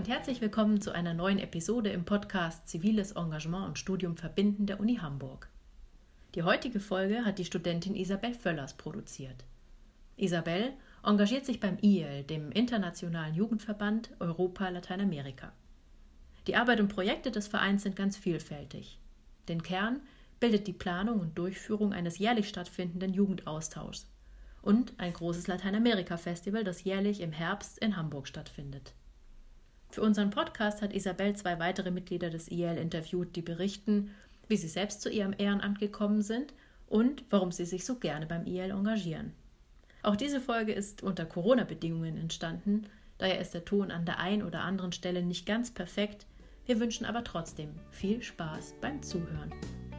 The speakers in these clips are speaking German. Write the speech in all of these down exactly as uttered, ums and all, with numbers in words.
und herzlich willkommen zu einer neuen Episode im Podcast Ziviles Engagement und Studium verbinden der Uni Hamburg. Die heutige Folge hat die Studentin Isabel Völlers produziert. Isabel engagiert sich beim I E L, dem Internationalen Jugendverband Europa-Lateinamerika. Die Arbeit und Projekte des Vereins sind ganz vielfältig. Den Kern bildet die Planung und Durchführung eines jährlich stattfindenden Jugendaustauschs und ein großes Lateinamerika-Festival, das jährlich im Herbst in Hamburg stattfindet. Für unseren Podcast hat Isabel zwei weitere Mitglieder des I E L interviewt, die berichten, wie sie selbst zu ihrem Ehrenamt gekommen sind und warum sie sich so gerne beim I E L engagieren. Auch diese Folge ist unter Corona-Bedingungen entstanden, daher ist der Ton an der einen oder anderen Stelle nicht ganz perfekt. Wir wünschen aber trotzdem viel Spaß beim Zuhören.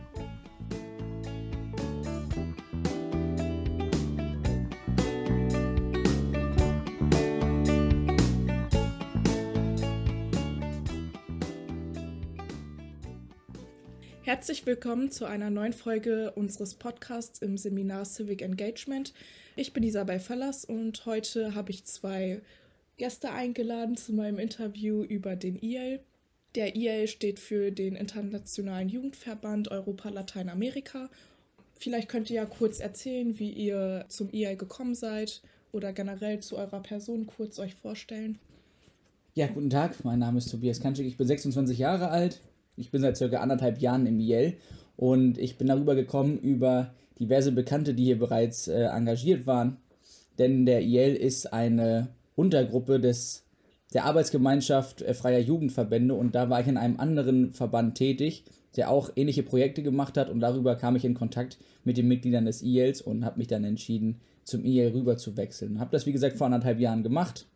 Herzlich willkommen zu einer neuen Folge unseres Podcasts im Seminar Civic Engagement. Ich bin Isabel Völlers und heute habe ich zwei Gäste eingeladen zu meinem Interview über den I E L. Der I E L steht für den Internationalen Jugendverband Europa-Lateinamerika. Vielleicht könnt ihr ja kurz erzählen, wie ihr zum I E L gekommen seid oder generell zu eurer Person kurz euch vorstellen. Ja, guten Tag, mein Name ist Tobias Kanschik, ich bin sechsundzwanzig Jahre alt. Ich bin seit circa anderthalb Jahren im I E L und ich bin darüber gekommen über diverse Bekannte, die hier bereits äh, engagiert waren. Denn der I E L ist eine Untergruppe des, der Arbeitsgemeinschaft äh, freier Jugendverbände und da war ich in einem anderen Verband tätig, der auch ähnliche Projekte gemacht hat und darüber kam ich in Kontakt mit den Mitgliedern des I E Ls und habe mich dann entschieden, zum I E L rüber zu wechseln. Habe das wie gesagt vor anderthalb Jahren gemacht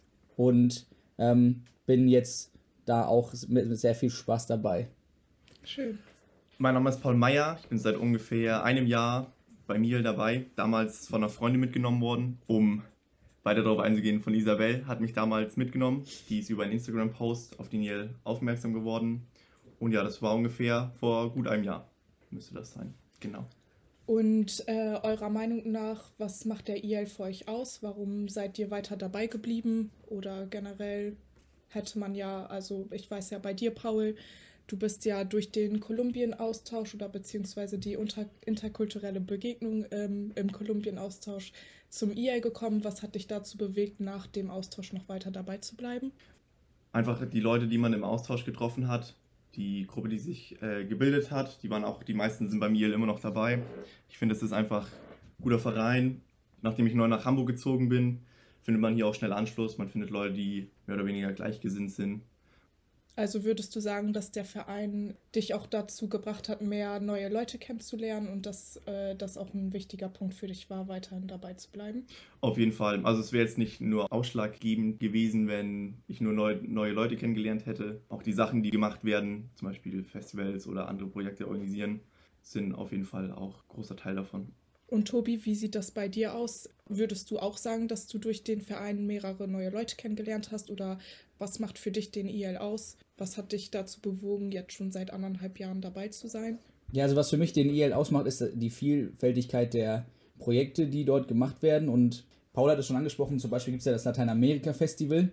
und ähm, bin jetzt da auch mit sehr viel Spaß dabei. Schön. Mein Name ist Paul Meyer, ich bin seit ungefähr einem Jahr beim I E L dabei, damals von einer Freundin mitgenommen worden, um weiter darauf einzugehen von Isabel, hat mich damals mitgenommen, die ist über einen Instagram-Post auf den I E L aufmerksam geworden und ja, das war ungefähr vor gut einem Jahr, müsste das sein, genau. Und äh, eurer Meinung nach, was macht der I E L für euch aus? Warum seid ihr weiter dabei geblieben oder generell hätte man ja, also ich weiß ja bei dir, Paul, du bist ja durch den Kolumbien-Austausch oder beziehungsweise die unter, interkulturelle Begegnung ähm, im Kolumbien-Austausch zum I E L gekommen. Was hat dich dazu bewegt, nach dem Austausch noch weiter dabei zu bleiben? Einfach die Leute, die man im Austausch getroffen hat, die Gruppe, die sich äh, gebildet hat, die waren auch, die meisten sind beim I E L immer noch dabei. Ich finde, es ist einfach ein guter Verein. Nachdem ich neu nach Hamburg gezogen bin, findet man hier auch schnell Anschluss. Man findet Leute, die mehr oder weniger gleichgesinnt sind. Also würdest du sagen, dass der Verein dich auch dazu gebracht hat, mehr neue Leute kennenzulernen und dass äh, das auch ein wichtiger Punkt für dich war, weiterhin dabei zu bleiben? Auf jeden Fall. Also es wäre jetzt nicht nur ausschlaggebend gewesen, wenn ich nur neu, neue Leute kennengelernt hätte. Auch die Sachen, die gemacht werden, zum Beispiel Festivals oder andere Projekte organisieren, sind auf jeden Fall auch ein großer Teil davon. Und Tobi, wie sieht das bei dir aus? Würdest du auch sagen, dass du durch den Verein mehrere neue Leute kennengelernt hast? Oder was macht für dich den I E L aus? Was hat dich dazu bewogen, jetzt schon seit anderthalb Jahren dabei zu sein? Ja, also was für mich den I E L ausmacht, ist die Vielfältigkeit der Projekte, die dort gemacht werden. Und Paul hat es schon angesprochen, zum Beispiel gibt es ja das Lateinamerika-Festival.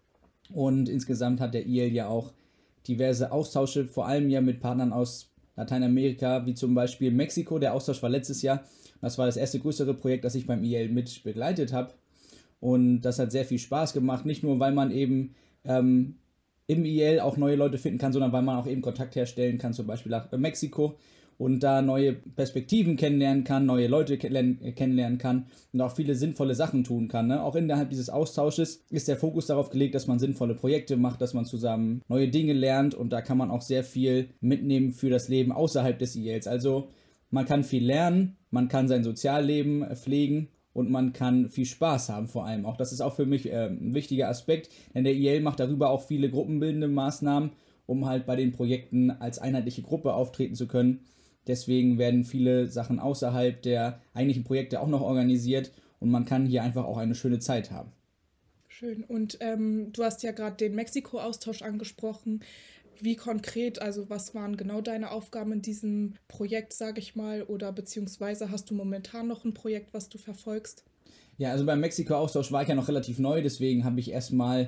Und insgesamt hat der I E L ja auch diverse Austausche, vor allem ja mit Partnern aus Lateinamerika, wie zum Beispiel Mexiko. Der Austausch war letztes Jahr. Das war das erste größere Projekt, das ich beim I E L mit begleitet habe. Und das hat sehr viel Spaß gemacht. Nicht nur, weil man eben ähm, im I E L auch neue Leute finden kann, sondern weil man auch eben Kontakt herstellen kann, zum Beispiel nach Mexiko. Und da neue Perspektiven kennenlernen kann, neue Leute kennenlernen kann und auch viele sinnvolle Sachen tun kann. Ne? Auch innerhalb dieses Austausches ist der Fokus darauf gelegt, dass man sinnvolle Projekte macht, dass man zusammen neue Dinge lernt und da kann man auch sehr viel mitnehmen für das Leben außerhalb des I E Ls. Also man kann viel lernen, man kann sein Sozialleben pflegen und man kann viel Spaß haben vor allem. Auch das ist auch für mich äh, ein wichtiger Aspekt, denn der I E L macht darüber auch viele gruppenbildende Maßnahmen, um halt bei den Projekten als einheitliche Gruppe auftreten zu können. Deswegen werden viele Sachen außerhalb der eigentlichen Projekte auch noch organisiert und man kann hier einfach auch eine schöne Zeit haben. Schön. Und ähm, du hast ja gerade den Mexiko-Austausch angesprochen. Wie konkret, also was waren genau deine Aufgaben in diesem Projekt, sage ich mal, oder beziehungsweise hast du momentan noch ein Projekt, was du verfolgst? Ja, also beim Mexiko-Austausch war ich ja noch relativ neu, deswegen habe ich erstmal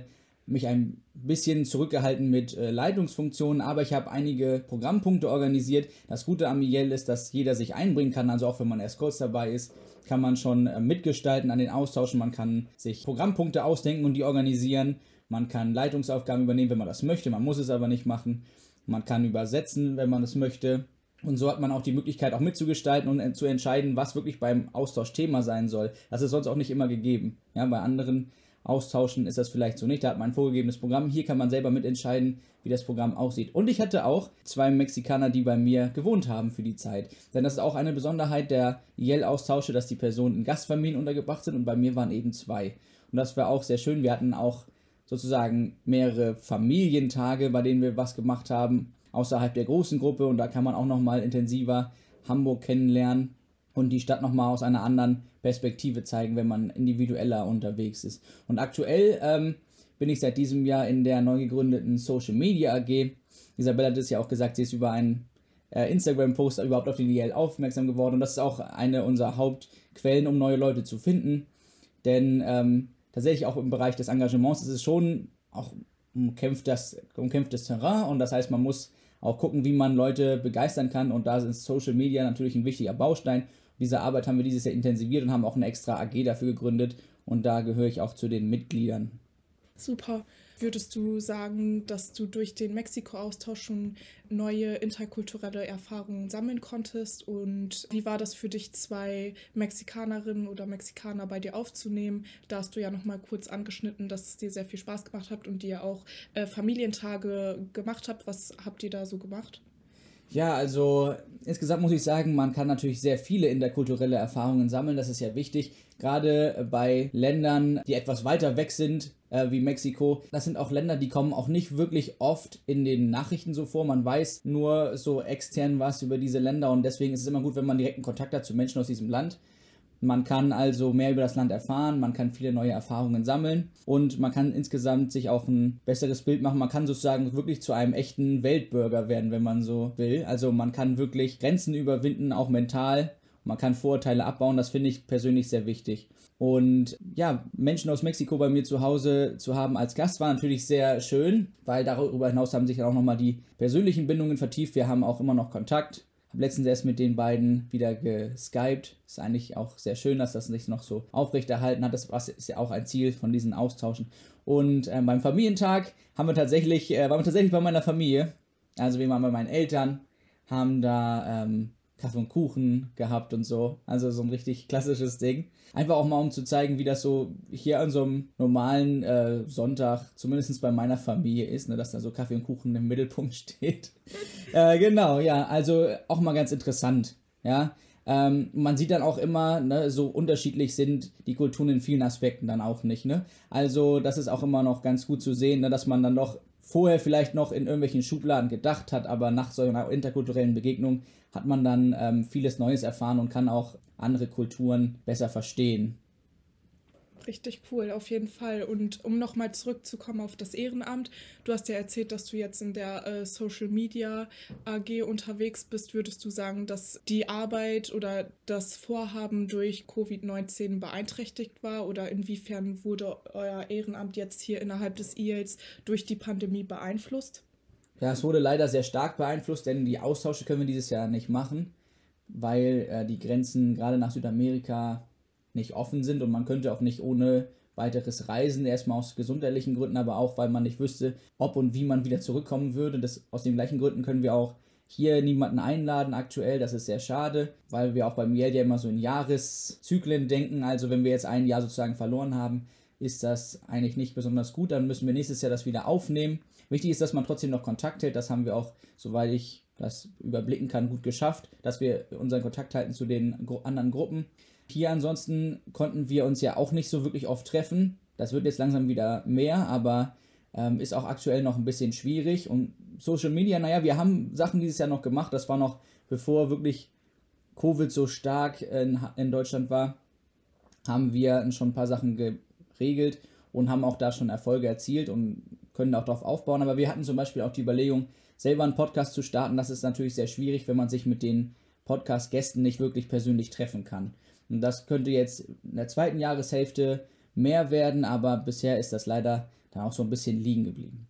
mich ein bisschen zurückgehalten mit äh, Leitungsfunktionen, aber ich habe einige Programmpunkte organisiert. Das Gute am I E L ist, dass jeder sich einbringen kann, also auch wenn man erst kurz dabei ist, kann man schon äh, mitgestalten an den Austauschen, man kann sich Programmpunkte ausdenken und die organisieren, man kann Leitungsaufgaben übernehmen, wenn man das möchte, man muss es aber nicht machen, man kann übersetzen, wenn man es möchte. Und so hat man auch die Möglichkeit, auch mitzugestalten und zu entscheiden, was wirklich beim Austausch Thema sein soll. Das ist sonst auch nicht immer gegeben. Ja, bei anderen Austauschen ist das vielleicht so nicht. Da hat man ein vorgegebenes Programm. Hier kann man selber mitentscheiden, wie das Programm aussieht. Und ich hatte auch zwei Mexikaner, die bei mir gewohnt haben für die Zeit. Denn das ist auch eine Besonderheit der I E L-Austausche, dass die Personen in Gastfamilien untergebracht sind und bei mir waren eben zwei. Und das war auch sehr schön. Wir hatten auch sozusagen mehrere Familientage, bei denen wir was gemacht haben, außerhalb der großen Gruppe, und da kann man auch nochmal intensiver Hamburg kennenlernen und die Stadt nochmal aus einer anderen Perspektive zeigen, wenn man individueller unterwegs ist. Und aktuell ähm, bin ich seit diesem Jahr in der neu gegründeten Social Media A G. Isabel hat es ja auch gesagt, sie ist über einen äh, Instagram-Post überhaupt auf die I E L aufmerksam geworden, und das ist auch eine unserer Hauptquellen, um neue Leute zu finden, denn ähm, tatsächlich auch im Bereich des Engagements ist es schon auch umkämpftes, umkämpftes Terrain, und das heißt, man muss auch gucken, wie man Leute begeistern kann, und da ist Social Media natürlich ein wichtiger Baustein. Diese Arbeit haben wir dieses Jahr intensiviert und haben auch eine extra A G dafür gegründet, und da gehöre ich auch zu den Mitgliedern. Super. Würdest du sagen, dass du durch den Mexiko-Austausch schon neue interkulturelle Erfahrungen sammeln konntest? Und wie war das für dich, zwei Mexikanerinnen oder Mexikaner bei dir aufzunehmen? Da hast du ja nochmal kurz angeschnitten, dass es dir sehr viel Spaß gemacht hat und ihr auch äh, Familientage gemacht habt. Was habt ihr da so gemacht? Ja, also insgesamt muss ich sagen, man kann natürlich sehr viele interkulturelle Erfahrungen sammeln, das ist ja wichtig, gerade bei Ländern, die etwas weiter weg sind, äh, wie Mexiko. Das sind auch Länder, die kommen auch nicht wirklich oft in den Nachrichten so vor, man weiß nur so extern was über diese Länder, und deswegen ist es immer gut, wenn man direkten Kontakt hat zu Menschen aus diesem Land. Man kann also mehr über das Land erfahren, man kann viele neue Erfahrungen sammeln und man kann insgesamt sich auch ein besseres Bild machen. Man kann sozusagen wirklich zu einem echten Weltbürger werden, wenn man so will. Also man kann wirklich Grenzen überwinden, auch mental. Man kann Vorurteile abbauen, das finde ich persönlich sehr wichtig. Und ja, Menschen aus Mexiko bei mir zu Hause zu haben als Gast war natürlich sehr schön, weil darüber hinaus haben sich dann auch nochmal die persönlichen Bindungen vertieft. Wir haben auch immer noch Kontakt. Habe letztens erst mit den beiden wieder geskypt. Ist eigentlich auch sehr schön, dass das sich noch so aufrechterhalten hat. Das ist ja auch ein Ziel von diesen Austauschen. Und äh, beim Familientag haben wir tatsächlich, äh, waren wir tatsächlich bei meiner Familie. Also wir waren bei meinen Eltern, haben da ähm, Kaffee und Kuchen gehabt und so. Also so ein richtig klassisches Ding. Einfach auch mal, um zu zeigen, wie das so hier an so einem normalen äh, Sonntag, zumindest bei meiner Familie ist, ne, dass da so Kaffee und Kuchen im Mittelpunkt steht. äh, genau, ja, also auch mal ganz interessant, ja. Ähm, man sieht dann auch immer, ne, so unterschiedlich sind die Kulturen in vielen Aspekten dann auch nicht, ne. Also das ist auch immer noch ganz gut zu sehen, ne, dass man dann doch vorher vielleicht noch in irgendwelchen Schubladen gedacht hat, aber nach so einer interkulturellen Begegnung hat man dann ähm, vieles Neues erfahren und kann auch andere Kulturen besser verstehen. Richtig cool, auf jeden Fall. Und um nochmal zurückzukommen auf das Ehrenamt, du hast ja erzählt, dass du jetzt in der äh, Social Media A G unterwegs bist. Würdest du sagen, dass die Arbeit oder das Vorhaben durch Covid neunzehn beeinträchtigt war? Oder inwiefern wurde euer Ehrenamt jetzt hier innerhalb des I E Ls durch die Pandemie beeinflusst? Ja, es wurde leider sehr stark beeinflusst, denn die Austausche können wir dieses Jahr nicht machen, weil äh, die Grenzen gerade nach Südamerika nicht offen sind und man könnte auch nicht ohne weiteres reisen, erstmal aus gesundheitlichen Gründen, aber auch, weil man nicht wüsste, ob und wie man wieder zurückkommen würde. Das, aus den gleichen Gründen können wir auch hier niemanden einladen aktuell, das ist sehr schade, weil wir auch beim I E L ja immer so in Jahreszyklen denken, also wenn wir jetzt ein Jahr sozusagen verloren haben, ist das eigentlich nicht besonders gut, dann müssen wir nächstes Jahr das wieder aufnehmen. Wichtig ist, dass man trotzdem noch Kontakt hält, das haben wir auch, soweit ich das überblicken kann, gut geschafft, dass wir unseren Kontakt halten zu den gro- anderen Gruppen. Hier ansonsten konnten wir uns ja auch nicht so wirklich oft treffen. Das wird jetzt langsam wieder mehr, aber ähm, ist auch aktuell noch ein bisschen schwierig. Und Social Media, naja, wir haben Sachen dieses Jahr noch gemacht. Das war noch, bevor wirklich Covid so stark in, in Deutschland war, haben wir schon ein paar Sachen geregelt und haben auch da schon Erfolge erzielt und können auch darauf aufbauen. Aber wir hatten zum Beispiel auch die Überlegung, selber einen Podcast zu starten. Das ist natürlich sehr schwierig, wenn man sich mit den Podcast-Gästen nicht wirklich persönlich treffen kann. Und das könnte jetzt in der zweiten Jahreshälfte mehr werden, aber bisher ist das leider dann auch so ein bisschen liegen geblieben.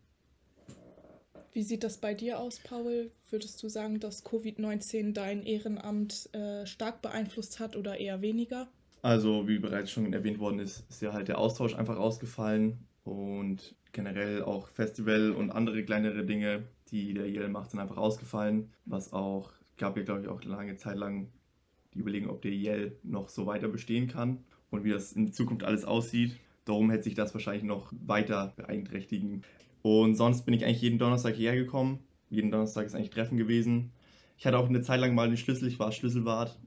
Wie sieht das bei dir aus, Paul? Würdest du sagen, dass Covid neunzehn dein Ehrenamt äh, stark beeinflusst hat oder eher weniger? Also wie bereits schon erwähnt worden ist, ist ja halt der Austausch einfach ausgefallen und generell auch Festival und andere kleinere Dinge, die der I E L macht, sind einfach ausgefallen, was auch, gab ja glaube ich auch lange Zeit lang die Überlegung, ob der I E L noch so weiter bestehen kann und wie das in Zukunft alles aussieht. Darum hätte sich das wahrscheinlich noch weiter beeinträchtigen. Und sonst bin ich eigentlich jeden Donnerstag hierher gekommen. Jeden Donnerstag ist eigentlich Treffen gewesen. Ich hatte auch eine Zeit lang mal den Schlüssel, ich war Schlüsselwart.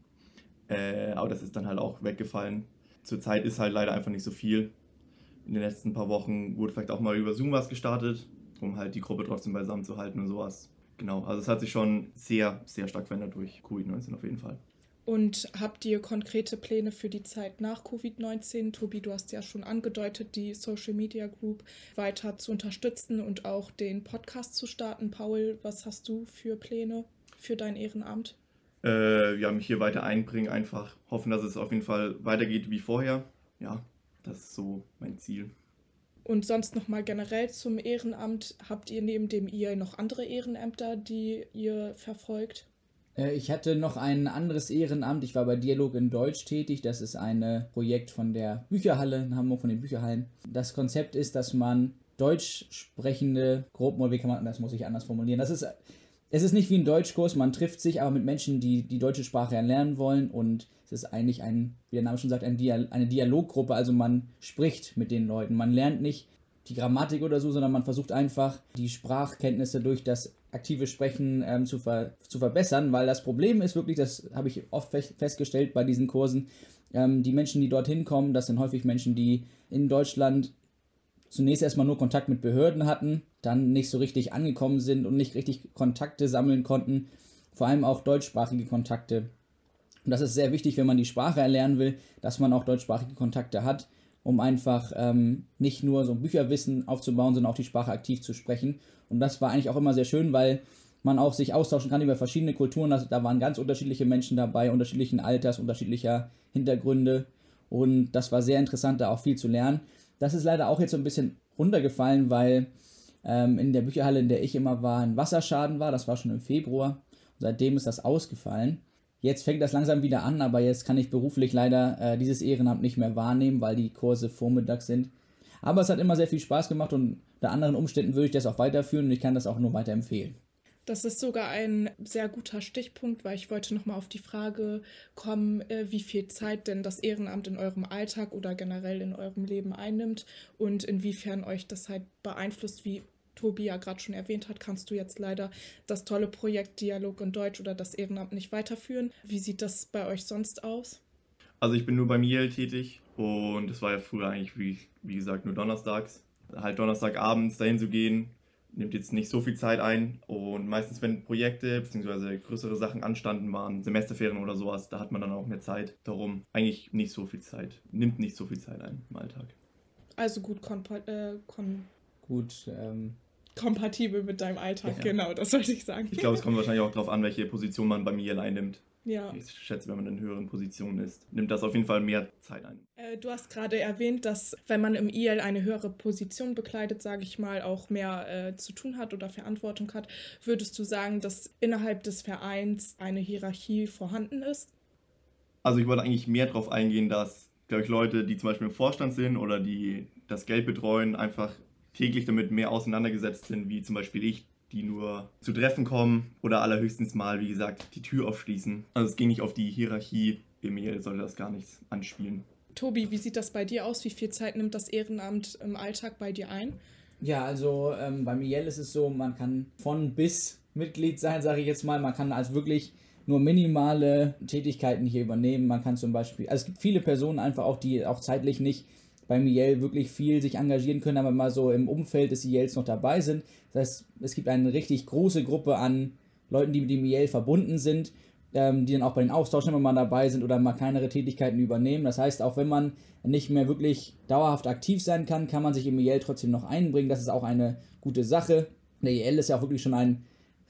Äh, aber das ist dann halt auch weggefallen. Zurzeit ist halt leider einfach nicht so viel. In den letzten paar Wochen wurde vielleicht auch mal über Zoom was gestartet, um halt die Gruppe trotzdem beisammen zu halten und sowas. Genau, also es hat sich schon sehr, sehr stark verändert durch Covid neunzehn auf jeden Fall. Und habt ihr konkrete Pläne für die Zeit nach Covid neunzehn? Tobi, du hast ja schon angedeutet, die Social Media Group weiter zu unterstützen und auch den Podcast zu starten. Paul, was hast du für Pläne für dein Ehrenamt? Äh, ja, mich hier weiter einbringen, einfach hoffen, dass es auf jeden Fall weitergeht wie vorher. Ja, das ist so mein Ziel. Und sonst nochmal generell zum Ehrenamt. Habt ihr neben dem I E L noch andere Ehrenämter, die ihr verfolgt? Ich hatte noch ein anderes Ehrenamt. Ich war bei Dialog in Deutsch tätig. Das ist ein Projekt von der Bücherhalle in Hamburg, von den Bücherhallen. Das Konzept ist, dass man deutsch sprechende Gruppen, oder wie kann man, das muss ich anders formulieren, das ist, es ist nicht wie ein Deutschkurs, man trifft sich aber mit Menschen, die die deutsche Sprache erlernen wollen, und es ist eigentlich ein, wie der Name schon sagt, ein Dia- eine Dialoggruppe, also man spricht mit den Leuten. Man lernt nicht die Grammatik oder so, sondern man versucht einfach, die Sprachkenntnisse durch das aktive Sprechen ähm, zu, ver- zu verbessern, weil das Problem ist wirklich, das habe ich oft fe- festgestellt bei diesen Kursen, ähm, die Menschen, die dorthin kommen, das sind häufig Menschen, die in Deutschland zunächst erstmal nur Kontakt mit Behörden hatten, dann nicht so richtig angekommen sind und nicht richtig Kontakte sammeln konnten, vor allem auch deutschsprachige Kontakte. Und das ist sehr wichtig, wenn man die Sprache erlernen will, dass man auch deutschsprachige Kontakte hat, um einfach ähm, nicht nur so ein Bücherwissen aufzubauen, sondern auch die Sprache aktiv zu sprechen. Und das war eigentlich auch immer sehr schön, weil man auch sich austauschen kann über verschiedene Kulturen. Also da waren ganz unterschiedliche Menschen dabei, unterschiedlichen Alters, unterschiedlicher Hintergründe. Und das war sehr interessant, da auch viel zu lernen. Das ist leider auch jetzt so ein bisschen runtergefallen, weil ähm, in der Bücherhalle, in der ich immer war, ein Wasserschaden war. Das war schon im Februar. Und seitdem ist das ausgefallen. Jetzt fängt das langsam wieder an, aber jetzt kann ich beruflich leider äh, dieses Ehrenamt nicht mehr wahrnehmen, weil die Kurse vormittags sind. Aber es hat immer sehr viel Spaß gemacht und unter anderen Umständen würde ich das auch weiterführen und ich kann das auch nur weiterempfehlen. Das ist sogar ein sehr guter Stichpunkt, weil ich wollte nochmal auf die Frage kommen, äh, wie viel Zeit denn das Ehrenamt in eurem Alltag oder generell in eurem Leben einnimmt und inwiefern euch das halt beeinflusst, wie Tobi ja gerade schon erwähnt hat, kannst du jetzt leider das tolle Projekt Dialog in Deutsch oder das Ehrenamt nicht weiterführen. Wie sieht das bei euch sonst aus? Also ich bin nur beim I E L tätig und es war ja früher eigentlich, wie, wie gesagt, nur donnerstags. Halt Donnerstagabends dahin zu gehen, nimmt jetzt nicht so viel Zeit ein und meistens, wenn Projekte bzw. größere Sachen anstanden waren, Semesterferien oder sowas, da hat man dann auch mehr Zeit. Darum eigentlich nicht so viel Zeit, nimmt nicht so viel Zeit ein im Alltag. Also gut kompa- äh, kon- Gut, ähm... kompatibel mit deinem Alltag, Ja. Genau, das wollte ich sagen. Ich glaube, es kommt wahrscheinlich auch darauf an, welche Position man beim I E L einnimmt. Ja. Ich schätze, wenn man in höheren Positionen ist, nimmt das auf jeden Fall mehr Zeit ein. Äh, du hast gerade erwähnt, dass wenn man im I E L eine höhere Position bekleidet, sage ich mal, auch mehr äh, zu tun hat oder Verantwortung hat. Würdest du sagen, dass innerhalb des Vereins eine Hierarchie vorhanden ist? Also ich wollte eigentlich mehr darauf eingehen, dass, glaube ich, Leute, die zum Beispiel im Vorstand sind oder die das Geld betreuen, einfach täglich damit mehr auseinandergesetzt sind, wie zum Beispiel ich, die nur zu Treffen kommen oder allerhöchstens mal, wie gesagt, die Tür aufschließen. Also es ging nicht auf die Hierarchie, im I E L sollte das gar nichts anspielen. Tobi, wie sieht das bei dir aus? Wie viel Zeit nimmt das Ehrenamt im Alltag bei dir ein? Ja, also ähm, beim I E L ist es so, man kann von bis Mitglied sein, sage ich jetzt mal. Man kann also wirklich nur minimale Tätigkeiten hier übernehmen. Man kann zum Beispiel, also es gibt viele Personen einfach auch, die auch zeitlich nicht beim I E L wirklich viel sich engagieren können, aber mal so im Umfeld des I E Ls noch dabei sind. Das heißt, es gibt eine richtig große Gruppe an Leuten, die mit dem I E L verbunden sind, ähm, die dann auch bei den Austauschen immer mal dabei sind oder mal kleinere Tätigkeiten übernehmen. Das heißt, auch wenn man nicht mehr wirklich dauerhaft aktiv sein kann, kann man sich im I E L trotzdem noch einbringen. Das ist auch eine gute Sache. Der I E L ist ja auch wirklich schon ein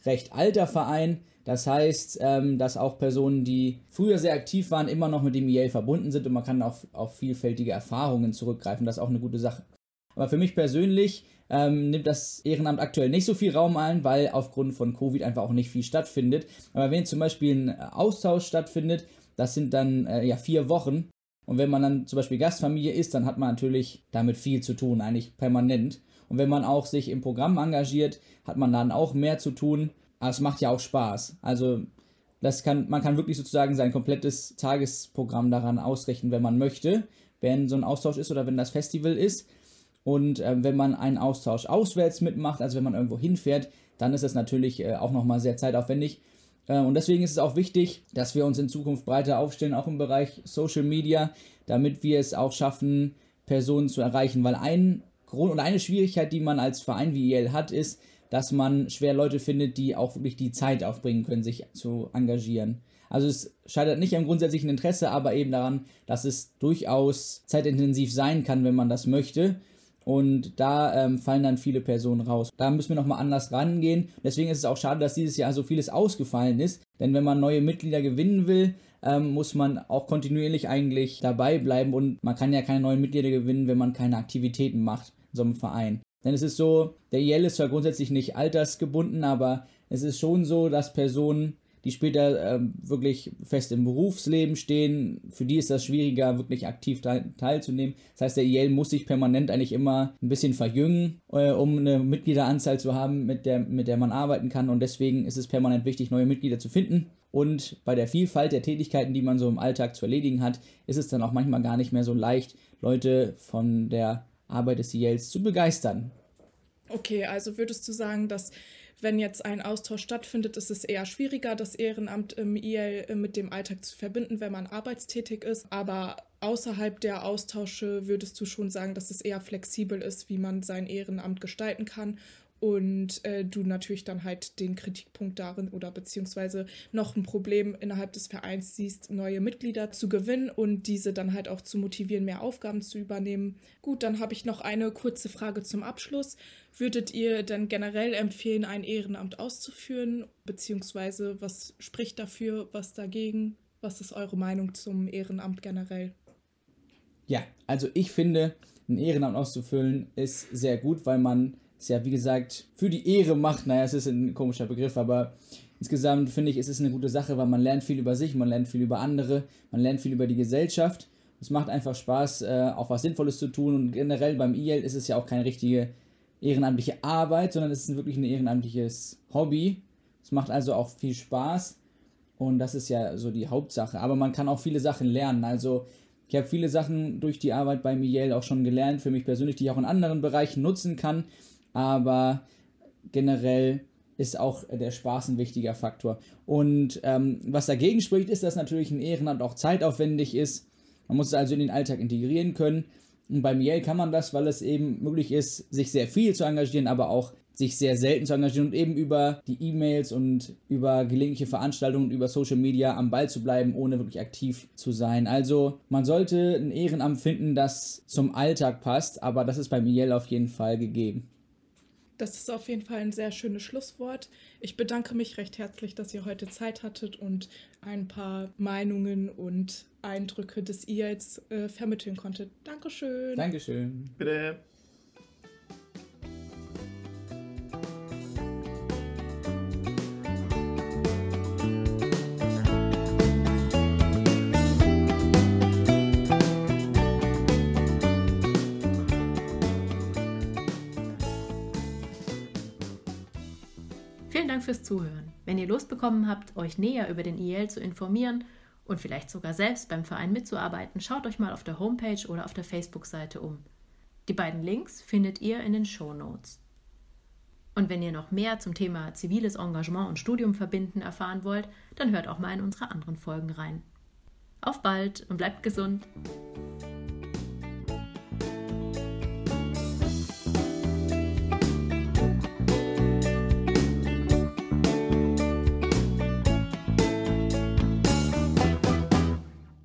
recht alter Verein. Das heißt, ähm, dass auch Personen, die früher sehr aktiv waren, immer noch mit dem I L verbunden sind und man kann auf, auf vielfältige Erfahrungen zurückgreifen. Das ist auch eine gute Sache. Aber für mich persönlich ähm, nimmt das Ehrenamt aktuell nicht so viel Raum ein, weil aufgrund von Covid einfach auch nicht viel stattfindet. Aber wenn zum Beispiel ein Austausch stattfindet, das sind dann äh, ja vier Wochen. Und wenn man dann zum Beispiel Gastfamilie ist, dann hat man natürlich damit viel zu tun, eigentlich permanent. Und wenn man auch sich im Programm engagiert, hat man dann auch mehr zu tun. Aber es macht ja auch Spaß. Also das kann, man kann wirklich sozusagen sein komplettes Tagesprogramm daran ausrichten, wenn man möchte, wenn so ein Austausch ist oder wenn das Festival ist. Und äh, wenn man einen Austausch auswärts mitmacht, also wenn man irgendwo hinfährt, dann ist das natürlich äh, auch nochmal sehr zeitaufwendig. Äh, und deswegen ist es auch wichtig, dass wir uns in Zukunft breiter aufstellen, auch im Bereich Social Media, damit wir es auch schaffen, Personen zu erreichen. Weil ein Grund und eine Schwierigkeit, die man als Verein wie I L hat, ist, dass man schwer Leute findet, die auch wirklich die Zeit aufbringen können, sich zu engagieren. Also es scheitert nicht am grundsätzlichen Interesse, aber eben daran, dass es durchaus zeitintensiv sein kann, wenn man das möchte. Und da ähm, fallen dann viele Personen raus. Da müssen wir nochmal anders rangehen. Deswegen ist es auch schade, dass dieses Jahr so vieles ausgefallen ist. Denn wenn man neue Mitglieder gewinnen will, ähm, muss man auch kontinuierlich eigentlich dabei bleiben. Und man kann ja keine neuen Mitglieder gewinnen, wenn man keine Aktivitäten macht in so einem Verein. Denn es ist so, der I L ist zwar grundsätzlich nicht altersgebunden, aber es ist schon so, dass Personen, die später ähm, wirklich fest im Berufsleben stehen, für die ist das schwieriger, wirklich aktiv te- teilzunehmen. Das heißt, der I L muss sich permanent eigentlich immer ein bisschen verjüngen, äh, um eine Mitgliederanzahl zu haben, mit der, mit der man arbeiten kann. Und deswegen ist es permanent wichtig, neue Mitglieder zu finden. Und bei der Vielfalt der Tätigkeiten, die man so im Alltag zu erledigen hat, ist es dann auch manchmal gar nicht mehr so leicht, Leute von der Arbeit des I Ls zu begeistern. Okay, also würdest du sagen, dass wenn jetzt ein Austausch stattfindet, ist es eher schwieriger, das Ehrenamt im I L mit dem Alltag zu verbinden, wenn man arbeitstätig ist. Aber außerhalb der Austausche würdest du schon sagen, dass es eher flexibel ist, wie man sein Ehrenamt gestalten kann. Und äh, du natürlich dann halt den Kritikpunkt darin oder beziehungsweise noch ein Problem innerhalb des Vereins siehst, neue Mitglieder zu gewinnen und diese dann halt auch zu motivieren, mehr Aufgaben zu übernehmen. Gut, dann habe ich noch eine kurze Frage zum Abschluss. Würdet ihr denn generell empfehlen, ein Ehrenamt auszuführen? Beziehungsweise was spricht dafür, was dagegen? Was ist eure Meinung zum Ehrenamt generell? Ja, also ich finde, ein Ehrenamt auszufüllen ist sehr gut, weil man es ja, wie gesagt, für die Ehre macht. Naja, es ist ein komischer Begriff, aber insgesamt finde ich, es ist eine gute Sache, weil man lernt viel über sich, man lernt viel über andere, man lernt viel über die Gesellschaft. Es macht einfach Spaß, äh, auch was Sinnvolles zu tun und generell beim I L ist es ja auch keine richtige ehrenamtliche Arbeit, sondern es ist wirklich ein ehrenamtliches Hobby. Es macht also auch viel Spaß und das ist ja so die Hauptsache. Aber man kann auch viele Sachen lernen, also ich habe viele Sachen durch die Arbeit beim I L auch schon gelernt, für mich persönlich, die ich auch in anderen Bereichen nutzen kann. Aber generell ist auch der Spaß ein wichtiger Faktor. Und ähm, was dagegen spricht, ist, dass natürlich ein Ehrenamt auch zeitaufwendig ist. Man muss es also in den Alltag integrieren können. Und beim I L kann man das, weil es eben möglich ist, sich sehr viel zu engagieren, aber auch sich sehr selten zu engagieren und eben über die E-Mails und über gelegentliche Veranstaltungen, über Social Media am Ball zu bleiben, ohne wirklich aktiv zu sein. Also man sollte ein Ehrenamt finden, das zum Alltag passt, aber das ist beim I L auf jeden Fall gegeben. Das ist auf jeden Fall ein sehr schönes Schlusswort. Ich bedanke mich recht herzlich, dass ihr heute Zeit hattet und ein paar Meinungen und Eindrücke des I Ls äh, vermitteln konntet. Dankeschön. Dankeschön. Bitte. Vielen Dank fürs Zuhören. Wenn ihr Lust bekommen habt, euch näher über den I L zu informieren und vielleicht sogar selbst beim Verein mitzuarbeiten, schaut euch mal auf der Homepage oder auf der Facebook-Seite um. Die beiden Links findet ihr in den Shownotes. Und wenn ihr noch mehr zum Thema ziviles Engagement und Studium verbinden erfahren wollt, dann hört auch mal in unsere anderen Folgen rein. Auf bald und bleibt gesund!